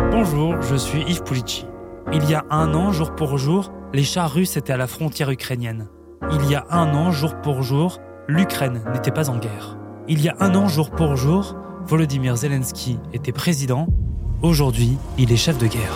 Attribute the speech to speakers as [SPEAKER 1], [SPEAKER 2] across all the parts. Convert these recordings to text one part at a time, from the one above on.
[SPEAKER 1] Bonjour, je suis Yves Pulici. Il y a un an, jour pour jour, les chars russes étaient à la frontière ukrainienne. Il y a un an, jour pour jour, l'Ukraine n'était pas en guerre. Il y a un an, jour pour jour, Volodymyr Zelensky était président. Aujourd'hui, il est chef de guerre.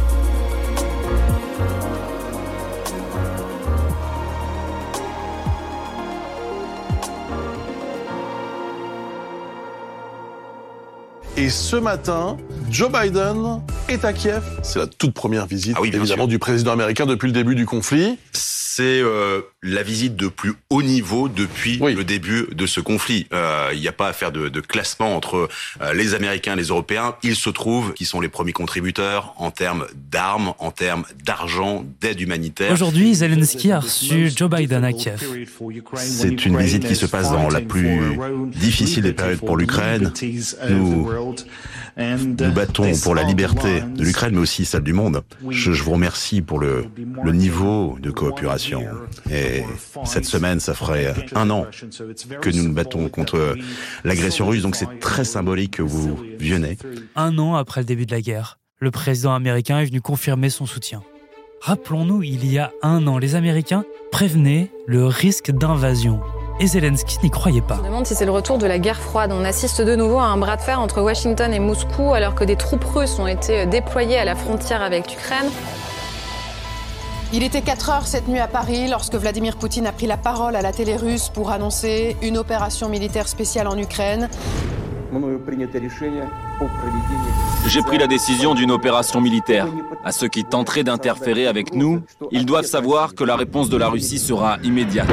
[SPEAKER 2] Et ce matin, Joe Biden est à Kiev. C'est la toute première visite, évidemment, du président américain depuis le début du conflit.
[SPEAKER 3] C'est la visite de plus haut niveau depuis le début de ce conflit. Il n'y a pas à faire de classement entre les Américains et les Européens. Il se trouve qu'ils sont les premiers contributeurs en termes d'armes, en termes d'argent, d'aide humanitaire.
[SPEAKER 1] Aujourd'hui, Zelensky a reçu Joe Biden à Kiev.
[SPEAKER 3] C'est une visite qui se passe dans la plus difficile des périodes pour l'Ukraine. Nous battons pour la liberté de l'Ukraine, mais aussi celle du monde. Je vous remercie pour le niveau de coopération. Et cette semaine, ça ferait un an que nous nous battons contre l'agression russe, donc c'est très symbolique que vous veniez.
[SPEAKER 1] Un an après le début de la guerre, le président américain est venu confirmer son soutien. Rappelons-nous, il y a un an, les Américains prévenaient le risque d'invasion. Et Zelensky n'y croyait pas.
[SPEAKER 4] On se demande si c'est le retour de la guerre froide. On assiste de nouveau à un bras de fer entre Washington et Moscou alors que des troupes russes ont été déployées à la frontière avec l'Ukraine.
[SPEAKER 5] Il était 4 heures cette nuit à Paris lorsque Vladimir Poutine a pris la parole à la télé russe pour annoncer une opération militaire spéciale en Ukraine.
[SPEAKER 6] J'ai pris la décision d'une opération militaire. À ceux qui tenteraient d'interférer avec nous, ils doivent savoir que la réponse de la Russie sera immédiate.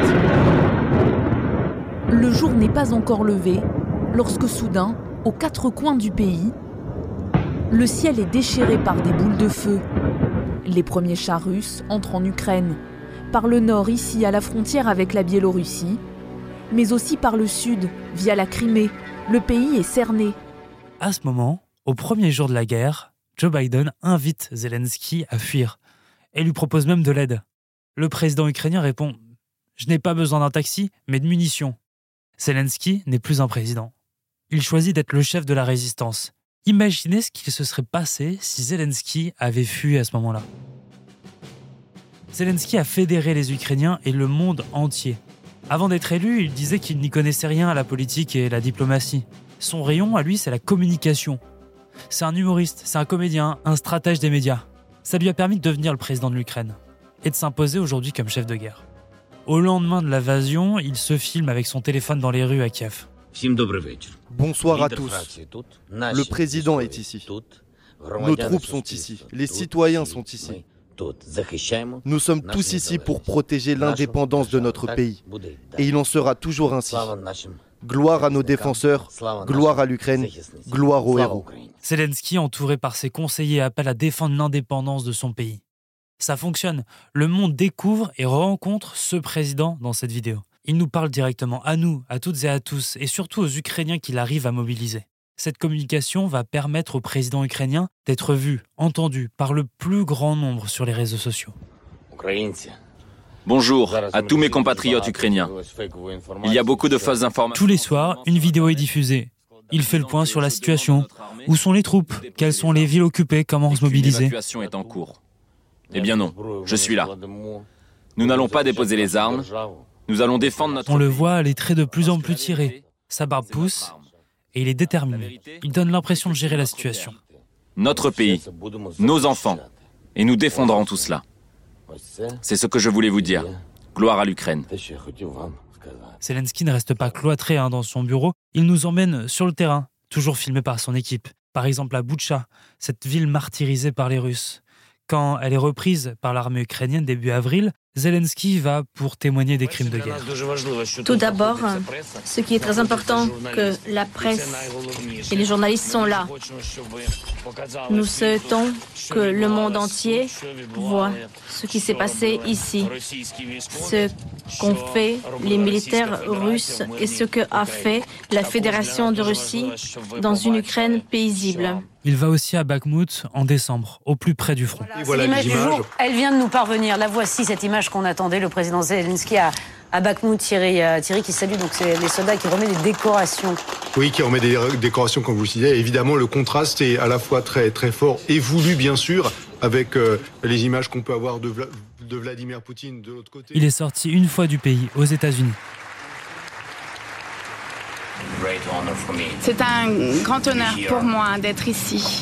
[SPEAKER 7] Le jour n'est pas encore levé lorsque soudain, aux 4 coins du pays, le ciel est déchiré par des boules de feu. Les premiers chars russes entrent en Ukraine, par le nord ici à la frontière avec la Biélorussie, mais aussi par le sud, via la Crimée. Le pays est cerné.
[SPEAKER 1] À ce moment, au premier jour de la guerre, Joe Biden invite Zelensky à fuir et lui propose même de l'aide. Le président ukrainien répond « Je n'ai pas besoin d'un taxi, mais de munitions ». Zelensky n'est plus un président. Il choisit d'être le chef de la résistance. Imaginez ce qui se serait passé si Zelensky avait fui à ce moment-là. Zelensky a fédéré les Ukrainiens et le monde entier. Avant d'être élu, il disait qu'il n'y connaissait rien à la politique et la diplomatie. Son rayon, à lui, c'est la communication. C'est un humoriste, c'est un comédien, un stratège des médias. Ça lui a permis de devenir le président de l'Ukraine et de s'imposer aujourd'hui comme chef de guerre. Au lendemain de l'invasion, il se filme avec son téléphone dans les rues à Kiev.
[SPEAKER 8] Bonsoir à tous. Le président est ici. Nos troupes sont ici. Les citoyens sont ici. Nous sommes tous ici pour protéger l'indépendance de notre pays. Et il en sera toujours ainsi. Gloire à nos défenseurs, gloire à l'Ukraine, gloire aux héros.
[SPEAKER 1] Zelensky, entouré par ses conseillers, appelle à défendre l'indépendance de son pays. Ça fonctionne. Le monde découvre et rencontre ce président dans cette vidéo. Il nous parle directement à nous, à toutes et à tous, et surtout aux Ukrainiens qu'il arrive à mobiliser. Cette communication va permettre au président ukrainien d'être vu, entendu par le plus grand nombre sur les réseaux sociaux.
[SPEAKER 6] Bonjour à tous mes compatriotes ukrainiens. Il y a beaucoup de fausses informations.
[SPEAKER 1] Tous les soirs, une vidéo est diffusée. Il fait le point sur la situation. Où sont les troupes? Quelles sont les villes occupées? Comment se mobiliser?
[SPEAKER 6] L'évacuation est en cours. Eh bien non, je suis là. Nous n'allons pas déposer les armes. Nous allons défendre notre pays.
[SPEAKER 1] On le voit, les traits de plus en plus tirés. Sa barbe pousse et il est déterminé. Il donne l'impression de gérer la situation.
[SPEAKER 6] Notre pays, nos enfants, et nous défendrons tout cela. C'est ce que je voulais vous dire. Gloire à l'Ukraine.
[SPEAKER 1] Zelensky ne reste pas cloîtré dans son bureau. Il nous emmène sur le terrain, toujours filmé par son équipe. Par exemple à Boutcha, cette ville martyrisée par les Russes. Quand elle est reprise par l'armée ukrainienne début avril, Zelensky va pour témoigner des crimes de guerre.
[SPEAKER 9] Tout d'abord, ce qui est très important, que la presse et les journalistes sont là. Nous souhaitons que le monde entier voit ce qui s'est passé ici, ce qu'ont fait les militaires russes et ce qu'a fait la Fédération de Russie dans une Ukraine paisible.
[SPEAKER 1] Il va aussi à Bakhmout en décembre, au plus près du front.
[SPEAKER 10] Voilà l'image du jour, elle vient de nous parvenir. La voici, cette image qu'on attendait. Le président Zelensky a à Bakhmout, Thierry qui salue donc c'est les soldats qui remet des décorations.
[SPEAKER 11] Oui, qui remet des décorations, comme vous le disiez. Évidemment, le contraste est à la fois très, très fort et voulu, bien sûr, avec les images qu'on peut avoir de Vladimir Poutine de l'autre côté.
[SPEAKER 1] Il est sorti une fois du pays, aux États-Unis.
[SPEAKER 12] C'est un grand honneur pour moi d'être ici.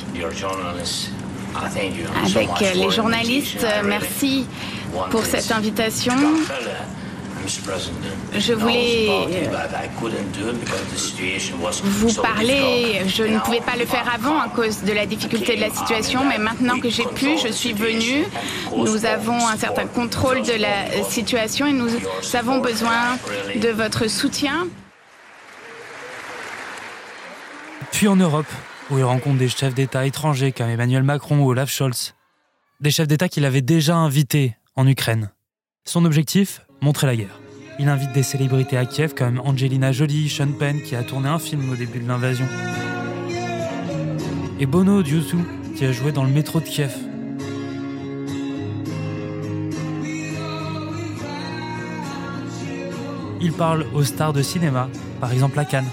[SPEAKER 12] Avec les journalistes, merci pour cette invitation. Je voulais vous parler. Je ne pouvais pas le faire avant à cause de la difficulté de la situation, mais maintenant que j'ai pu, je suis venue. Nous avons un certain contrôle de la situation et nous avons besoin de votre soutien.
[SPEAKER 1] Puis en Europe, où il rencontre des chefs d'État étrangers comme Emmanuel Macron ou Olaf Scholz. Des chefs d'État qu'il avait déjà invités en Ukraine. Son objectif, montrer la guerre. Il invite des célébrités à Kiev comme Angelina Jolie, Sean Penn qui a tourné un film au début de l'invasion. Et Bono d'U2 qui a joué dans le métro de Kiev. Il parle aux stars de cinéma, par exemple à Cannes.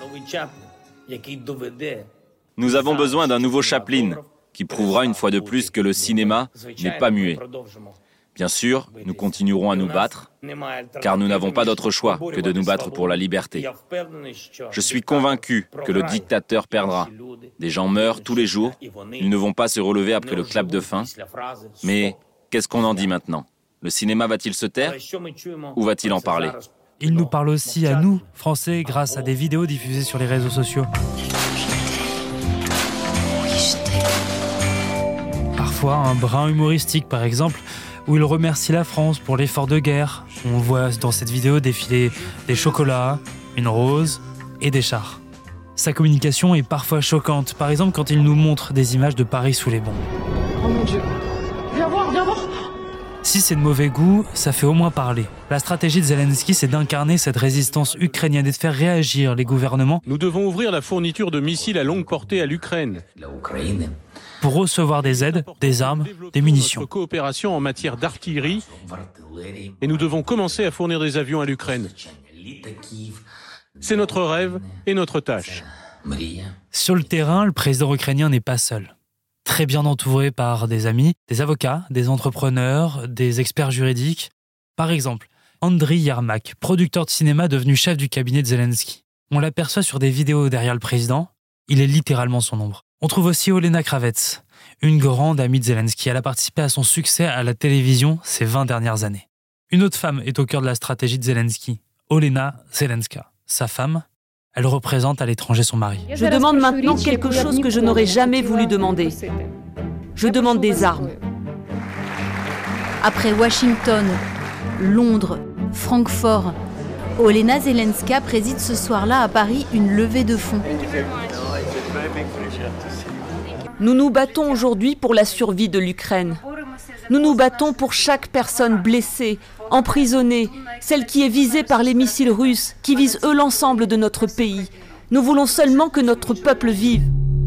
[SPEAKER 6] Nous avons besoin d'un nouveau Chaplin qui prouvera une fois de plus que le cinéma n'est pas muet. Bien sûr, nous continuerons à nous battre, car nous n'avons pas d'autre choix que de nous battre pour la liberté. Je suis convaincu que le dictateur perdra. Des gens meurent tous les jours, ils ne vont pas se relever après le clap de fin. Mais qu'est-ce qu'on en dit maintenant ? Le cinéma va-t-il se taire ou va-t-il en parler ?
[SPEAKER 1] Il nous parle aussi à nous, Français, grâce à des vidéos diffusées sur les réseaux sociaux. Parfois un brin humoristique, par exemple, où il remercie la France pour l'effort de guerre. On voit dans cette vidéo défiler des chocolats, une rose et des chars. Sa communication est parfois choquante, par exemple quand il nous montre des images de Paris sous les bombes.
[SPEAKER 13] Oh mon Dieu, viens voir.
[SPEAKER 1] Si c'est de mauvais goût, ça fait au moins parler. La stratégie de Zelensky, c'est d'incarner cette résistance ukrainienne et de faire réagir les gouvernements.
[SPEAKER 14] Nous devons ouvrir la fourniture de missiles à longue portée à l'Ukraine.
[SPEAKER 1] Pour recevoir des aides, des armes, des munitions.
[SPEAKER 14] Notre coopération en matière d'artillerie et nous devons commencer à fournir des avions à l'Ukraine. C'est notre rêve et notre tâche.
[SPEAKER 1] Sur le terrain, le président ukrainien n'est pas seul. Très bien entouré par des amis, des avocats, des entrepreneurs, des experts juridiques. Par exemple, Andriy Yermak, producteur de cinéma devenu chef du cabinet de Zelensky. On l'aperçoit sur des vidéos derrière le président. Il est littéralement son ombre. On trouve aussi Olena Kravets, une grande amie de Zelensky. Elle a participé à son succès à la télévision ces 20 dernières années. Une autre femme est au cœur de la stratégie de Zelensky, Olena Zelenska. Sa femme, elle représente à l'étranger son mari.
[SPEAKER 15] Je demande maintenant quelque chose que je n'aurais jamais voulu demander. Je demande des armes.
[SPEAKER 16] Après Washington, Londres, Francfort, Olena Zelenska préside ce soir-là à Paris une levée de fonds.
[SPEAKER 15] Nous nous battons aujourd'hui pour la survie de l'Ukraine. Nous nous battons pour chaque personne blessée, emprisonnée, celle qui est visée par les missiles russes, qui visent eux l'ensemble de notre pays. Nous voulons seulement que notre peuple vive.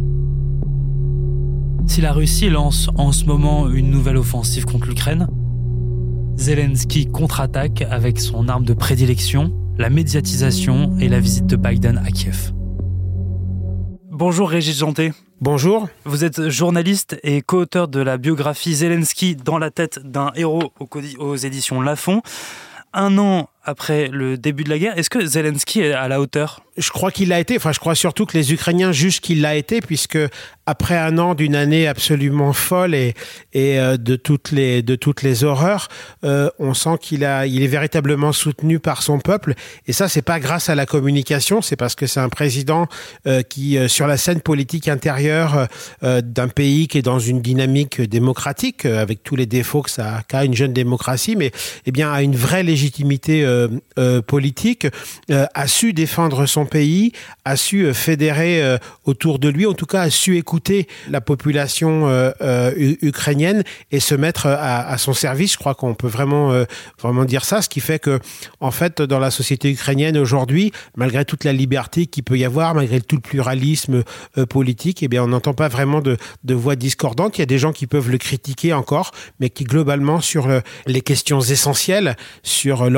[SPEAKER 1] Si la Russie lance en ce moment une nouvelle offensive contre l'Ukraine, Zelensky contre-attaque avec son arme de prédilection, la médiatisation et la visite de Biden à Kiev. Bonjour Régis Janté.
[SPEAKER 17] Bonjour.
[SPEAKER 1] Vous êtes journaliste et co-auteur de la biographie Zelensky dans la tête d'un héros aux éditions Lafon. 1 an après le début de la guerre, est-ce que Zelensky est à la hauteur ?
[SPEAKER 17] Je crois qu'il l'a été. Enfin, je crois surtout que les Ukrainiens jugent qu'il l'a été, puisque après 1 an d'une année absolument folle et de toutes les horreurs, on sent qu'il est véritablement soutenu par son peuple. Et ça, c'est pas grâce à la communication, c'est parce que c'est un président qui, sur la scène politique intérieure d'un pays qui est dans une dynamique démocratique, avec tous les défauts qu'a une jeune démocratie, mais bien a une vraie légitimité politique, a su défendre son pays, a su fédérer autour de lui, en tout cas a su écouter la population ukrainienne et se mettre à son service. Je crois qu'on peut vraiment dire ça, ce qui fait que, en fait, dans la société ukrainienne aujourd'hui, malgré toute la liberté qu'il peut y avoir, malgré tout le pluralisme politique, eh bien, on n'entend pas vraiment de voix discordantes. Il y a des gens qui peuvent le critiquer encore, mais qui globalement, sur les questions essentielles, sur l'orientation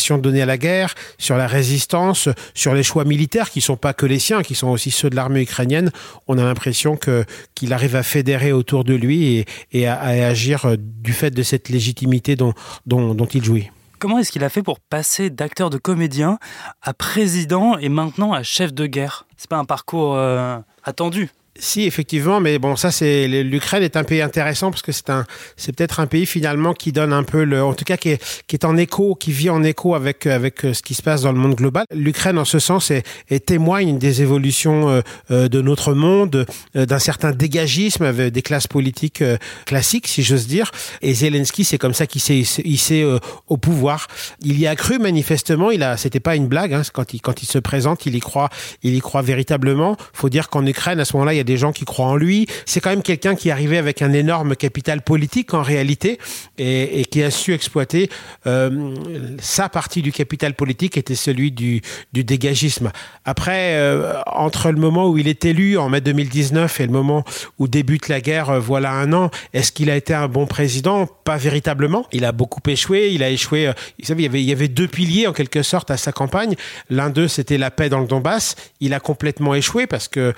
[SPEAKER 17] motivation donnée à la guerre, sur la résistance, sur les choix militaires qui sont pas que les siens, qui sont aussi ceux de l'armée ukrainienne. On a l'impression qu'il arrive à fédérer autour de lui et à agir du fait de cette légitimité dont il jouit.
[SPEAKER 1] Comment est-ce qu'il a fait pour passer d'acteur de comédien à président et maintenant à chef de guerre ? C'est pas un parcours attendu.
[SPEAKER 17] Si, effectivement, mais bon, ça, l'Ukraine est un pays intéressant parce que c'est peut-être un pays finalement qui donne un peu en tout cas qui est en écho, qui vit en écho avec ce qui se passe dans le monde global. L'Ukraine, en ce sens, témoigne des évolutions de notre monde, d'un certain dégagisme avec des classes politiques classiques, si j'ose dire. Et Zelensky, c'est comme ça qu'il s'est hissé au pouvoir. Il y a cru manifestement. C'était pas une blague. Hein, quand il se présente, il y croit véritablement. Faut dire qu'en Ukraine, à ce moment-là, il y a des gens qui croient en lui. C'est quand même quelqu'un qui est arrivé avec un énorme capital politique en réalité et qui a su exploiter sa partie du capital politique était celui du dégagisme. Après, entre le moment où il est élu en mai 2019 et le moment où débute la guerre, voilà un an, est-ce qu'il a été un bon président ? Pas véritablement. Il a beaucoup échoué. Il a échoué. Vous savez, il y avait deux piliers en quelque sorte à sa campagne. L'un d'eux, c'était la paix dans le Donbass. Il a complètement échoué parce que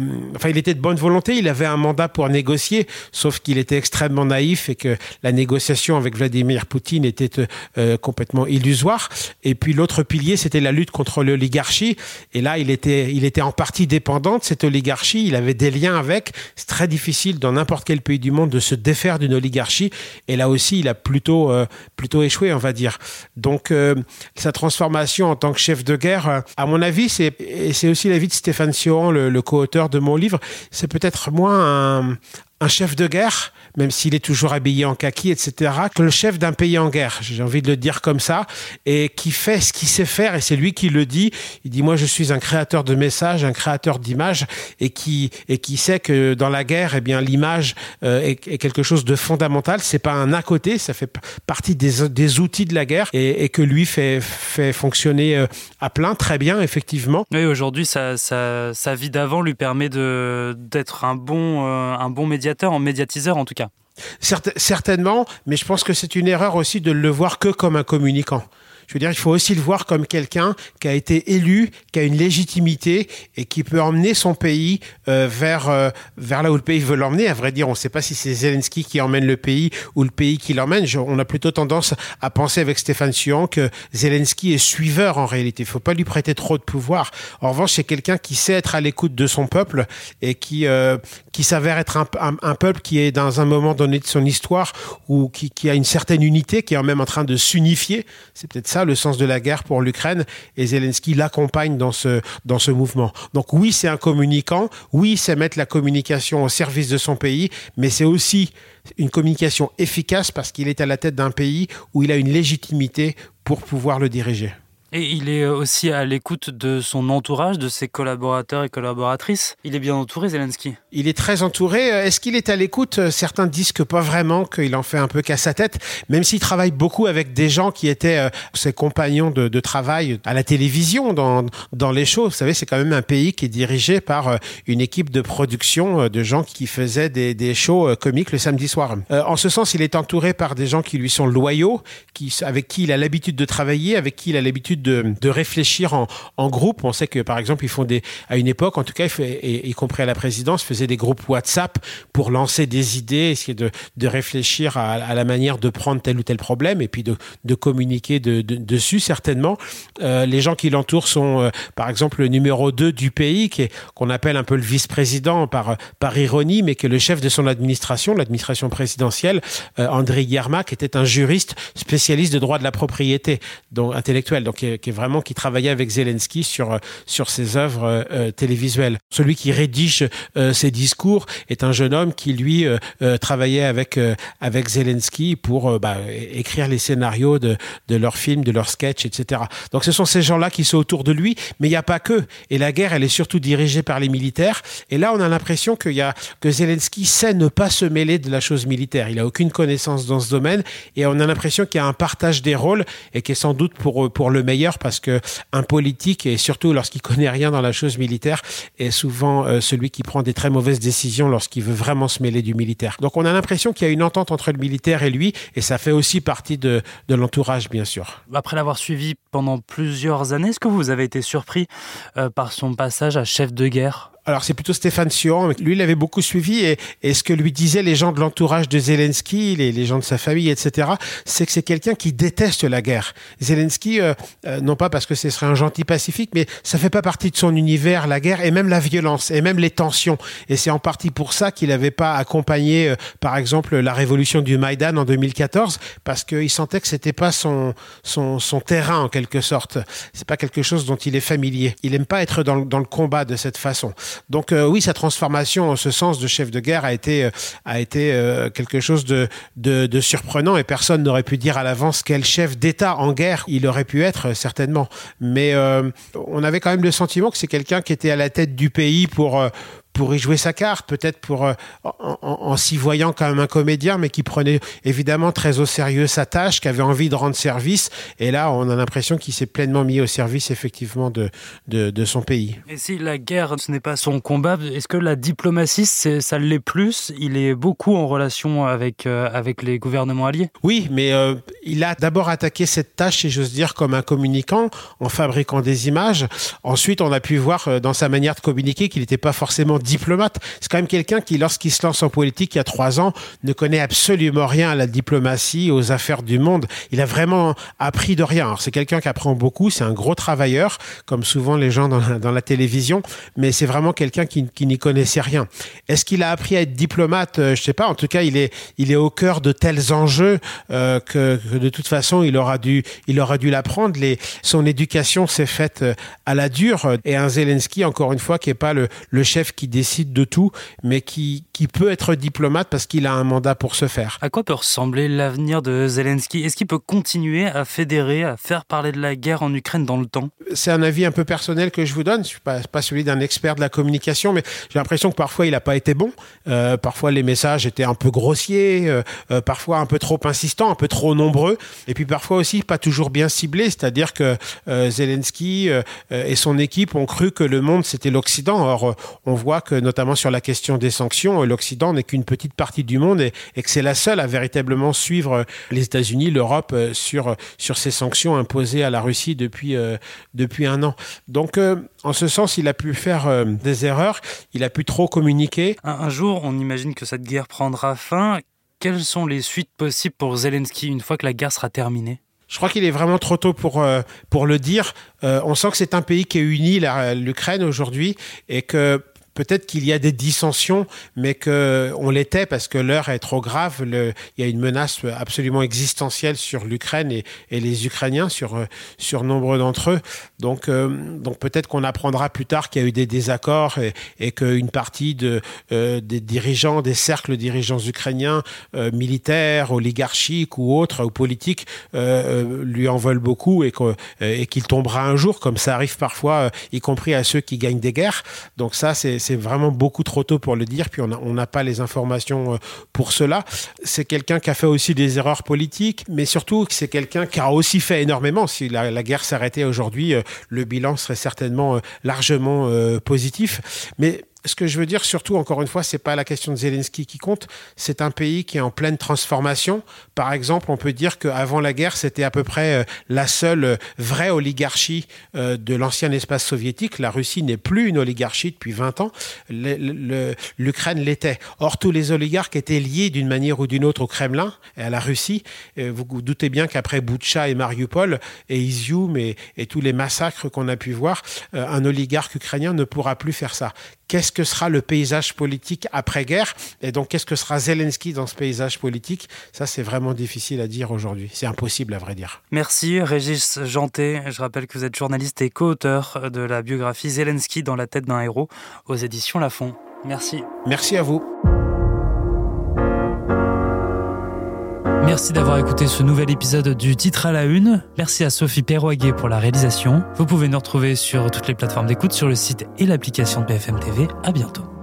[SPEAKER 17] il était de bonne volonté, il avait un mandat pour négocier, sauf qu'il était extrêmement naïf et que la négociation avec Vladimir Poutine était complètement illusoire. Et puis l'autre pilier, c'était la lutte contre l'oligarchie. Et là, il était en partie dépendant de cette oligarchie, il avait des liens avec. C'est très difficile dans n'importe quel pays du monde de se défaire d'une oligarchie. Et là aussi, il a plutôt échoué, on va dire. Donc, sa transformation en tant que chef de guerre, à mon avis, c'est aussi l'avis de Stéphane Sioran, le co-auteur de mon livre, c'est peut-être moins un chef de guerre, même s'il est toujours habillé en kaki, etc., que le chef d'un pays en guerre, j'ai envie de le dire comme ça, et qui fait ce qu'il sait faire, et c'est lui qui le dit. Il dit, moi je suis un créateur de messages, un créateur d'images, et qui sait que dans la guerre, eh bien, l'image est quelque chose de fondamental, c'est pas un à côté, ça fait partie des outils de la guerre, et que lui fait fonctionner à plein, très bien, effectivement.
[SPEAKER 1] Oui, aujourd'hui, sa vie d'avant lui permet d'être un bon médiateur, en médiatiseur en tout cas.
[SPEAKER 17] Certainement, mais je pense que c'est une erreur aussi de le voir que comme un communicant. Je veux dire, il faut aussi le voir comme quelqu'un qui a été élu, qui a une légitimité et qui peut emmener son pays vers là où le pays veut l'emmener. À vrai dire, on ne sait pas si c'est Zelensky qui emmène le pays ou le pays qui l'emmène. On a plutôt tendance à penser avec Stéphane Sioran que Zelensky est suiveur en réalité. Il ne faut pas lui prêter trop de pouvoir. En revanche, c'est quelqu'un qui sait être à l'écoute de son peuple et qui s'avère être un peuple qui est dans un moment donné de son histoire ou qui a une certaine unité, qui est même en train de s'unifier. C'est peut-être ça le sens de la guerre pour l'Ukraine, et Zelensky l'accompagne dans ce mouvement. Donc oui, c'est un communicant, oui, c'est mettre la communication au service de son pays, mais c'est aussi une communication efficace parce qu'il est à la tête d'un pays où il a une légitimité pour pouvoir le diriger.
[SPEAKER 1] Et il est aussi à l'écoute de son entourage, de ses collaborateurs et collaboratrices. Il est bien entouré, Zelensky. Il
[SPEAKER 17] est très entouré. Est-ce qu'il est à l'écoute ? Certains disent que pas vraiment, qu'il en fait un peu qu'à sa tête, même s'il travaille beaucoup avec des gens qui étaient ses compagnons de travail à la télévision, dans les shows. Vous savez, c'est quand même un pays qui est dirigé par une équipe de production de gens qui faisaient des shows comiques le samedi soir. En ce sens, il est entouré par des gens qui lui sont loyaux, avec qui il a l'habitude de travailler, avec qui il a l'habitude de réfléchir en groupe. On sait que, par exemple, à une époque, en tout cas, y compris à la présidence, faisait des groupes WhatsApp pour lancer des idées, essayer de réfléchir à la manière de prendre tel ou tel problème et puis de communiquer dessus, certainement. Les gens qui l'entourent sont, par exemple, le numéro 2 du pays, qu'on appelle un peu le vice-président par ironie, mais que le chef de son administration présidentielle, Andriy Yermak, était un juriste spécialiste de droit de la propriété intellectuelle. Donc, qui travaillait avec Zelensky sur ses œuvres télévisuelles. Celui qui rédige ses discours est un jeune homme qui, lui, travaillait avec Zelensky pour écrire les scénarios de leurs films, de leurs sketchs, etc. Donc ce sont ces gens-là qui sont autour de lui, mais il n'y a pas que. Et la guerre, elle est surtout dirigée par les militaires. Et là, on a l'impression que Zelensky sait ne pas se mêler de la chose militaire. Il n'a aucune connaissance dans ce domaine et on a l'impression qu'il y a un partage des rôles et qui est sans doute pour le meilleur meilleur parce que un politique, et surtout lorsqu'il connaît rien dans la chose militaire, est souvent celui qui prend des très mauvaises décisions lorsqu'il veut vraiment se mêler du militaire. Donc on a l'impression qu'il y a une entente entre le militaire et lui, et ça fait aussi partie de l'entourage, bien sûr.
[SPEAKER 1] Après l'avoir suivi pendant plusieurs années, est-ce que vous avez été surpris par son passage à chef de guerre ?
[SPEAKER 17] Alors c'est plutôt Stéphane Sion, lui il avait beaucoup suivi et ce que lui disaient les gens de l'entourage de Zelensky, les gens de sa famille, etc., c'est que c'est quelqu'un qui déteste la guerre. Zelensky, non pas parce que ce serait un gentil pacifique, mais ça fait pas partie de son univers, la guerre et même la violence et même les tensions. Et c'est en partie pour ça qu'il n'avait pas accompagné, par exemple, la révolution du Maïdan en 2014, parce qu'il sentait que c'était pas son terrain en quelque sorte. C'est pas quelque chose dont il est familier. Il aime pas être dans le combat de cette façon. Donc oui, sa transformation en ce sens de chef de guerre a été quelque chose de surprenant et personne n'aurait pu dire à l'avance quel chef d'État en guerre il aurait pu être, certainement. Mais on avait quand même le sentiment que c'est quelqu'un qui était à la tête du pays pour y jouer sa carte, peut-être en s'y voyant quand même un comédien, mais qui prenait évidemment très au sérieux sa tâche, qui avait envie de rendre service. Et là, on a l'impression qu'il s'est pleinement mis au service, effectivement, de son pays.
[SPEAKER 1] Et si la guerre, ce n'est pas son combat, est-ce que la diplomatie, ça l'est plus ? Il est beaucoup en relation avec les gouvernements alliés ?
[SPEAKER 17] Oui, mais il a d'abord attaqué cette tâche, si j'ose dire, comme un communicant, en fabriquant des images. Ensuite, on a pu voir dans sa manière de communiquer qu'il n'était pas forcément diplomate. C'est quand même quelqu'un qui, lorsqu'il se lance en politique il y a 3 ans, ne connaît absolument rien à la diplomatie, aux affaires du monde. Il a vraiment appris de rien. Alors, c'est quelqu'un qui apprend beaucoup, c'est un gros travailleur, comme souvent les gens dans la télévision, mais c'est vraiment quelqu'un qui n'y connaissait rien. Est-ce qu'il a appris à être diplomate ? Je sais pas. En tout cas, il est au cœur de tels enjeux que de toute façon, il aura dû l'apprendre. Son éducation s'est faite à la dure. Et un Zelensky, encore une fois, qui est pas le chef qui décide de tout, mais qui peut être diplomate parce qu'il a un mandat pour ce faire.
[SPEAKER 1] À quoi peut ressembler l'avenir de Zelensky ? Est-ce qu'il peut continuer à fédérer, à faire parler de la guerre en Ukraine dans le temps ?
[SPEAKER 17] C'est un avis un peu personnel que je vous donne. Je suis pas celui d'un expert de la communication, mais j'ai l'impression que parfois il n'a pas été bon. Parfois les messages étaient un peu grossiers, parfois un peu trop insistants, un peu trop nombreux, et puis parfois aussi pas toujours bien ciblés. C'est-à-dire que Zelensky et son équipe ont cru que le monde c'était l'Occident. Or, on voit que notamment sur la question des sanctions, l'Occident n'est qu'une petite partie du monde et que c'est la seule à véritablement suivre les États-Unis, l'Europe sur ces sanctions imposées à la Russie depuis 1 an. Donc, en ce sens, il a pu faire des erreurs, il a pu trop communiquer.
[SPEAKER 1] Un jour, on imagine que cette guerre prendra fin. Quelles sont les suites possibles pour Zelensky une fois que la guerre sera terminée ?
[SPEAKER 17] Je crois qu'il est vraiment trop tôt pour le dire. On sent que c'est un pays qui est uni, l'Ukraine aujourd'hui, et que peut-être qu'il y a des dissensions, mais qu'on l'était parce que l'heure est trop grave. Il y a une menace absolument existentielle sur l'Ukraine et les Ukrainiens, sur nombre d'entre eux. Donc peut-être qu'on apprendra plus tard qu'il y a eu des désaccords et qu'une partie des dirigeants, des cercles dirigeants ukrainiens, militaires, oligarchiques ou autres, ou politiques, lui en veulent beaucoup et qu'il tombera un jour, comme ça arrive parfois, y compris à ceux qui gagnent des guerres. Donc ça, c'est vraiment beaucoup trop tôt pour le dire, puis on n'a pas les informations pour cela. C'est quelqu'un qui a fait aussi des erreurs politiques, mais surtout c'est quelqu'un qui a aussi fait énormément. Si la guerre s'arrêtait aujourd'hui, le bilan serait certainement largement positif. Mais ce que je veux dire, surtout, encore une fois, c'est pas la question de Zelensky qui compte. C'est un pays qui est en pleine transformation. Par exemple, on peut dire qu'avant la guerre, c'était à peu près la seule vraie oligarchie de l'ancien espace soviétique. La Russie n'est plus une oligarchie depuis 20 ans. L'Ukraine l'était. Or, tous les oligarques étaient liés d'une manière ou d'une autre au Kremlin et à la Russie. Vous vous doutez bien qu'après Boutcha et Mariupol et Izium et tous les massacres qu'on a pu voir, un oligarque ukrainien ne pourra plus faire ça. Qu'est-ce que sera le paysage politique après-guerre ? Et donc, qu'est-ce que sera Zelensky dans ce paysage politique ? Ça, c'est vraiment difficile à dire aujourd'hui. C'est impossible, à vrai dire.
[SPEAKER 1] Merci, Régis Janté. Je rappelle que vous êtes journaliste et co-auteur de la biographie Zelensky dans la tête d'un héros aux éditions Lafon. Merci.
[SPEAKER 17] Merci à vous.
[SPEAKER 1] Merci d'avoir écouté ce nouvel épisode du Titre à la Une. Merci à Sophie Perroguet pour la réalisation. Vous pouvez nous retrouver sur toutes les plateformes d'écoute, sur le site et l'application de BFM TV. À bientôt.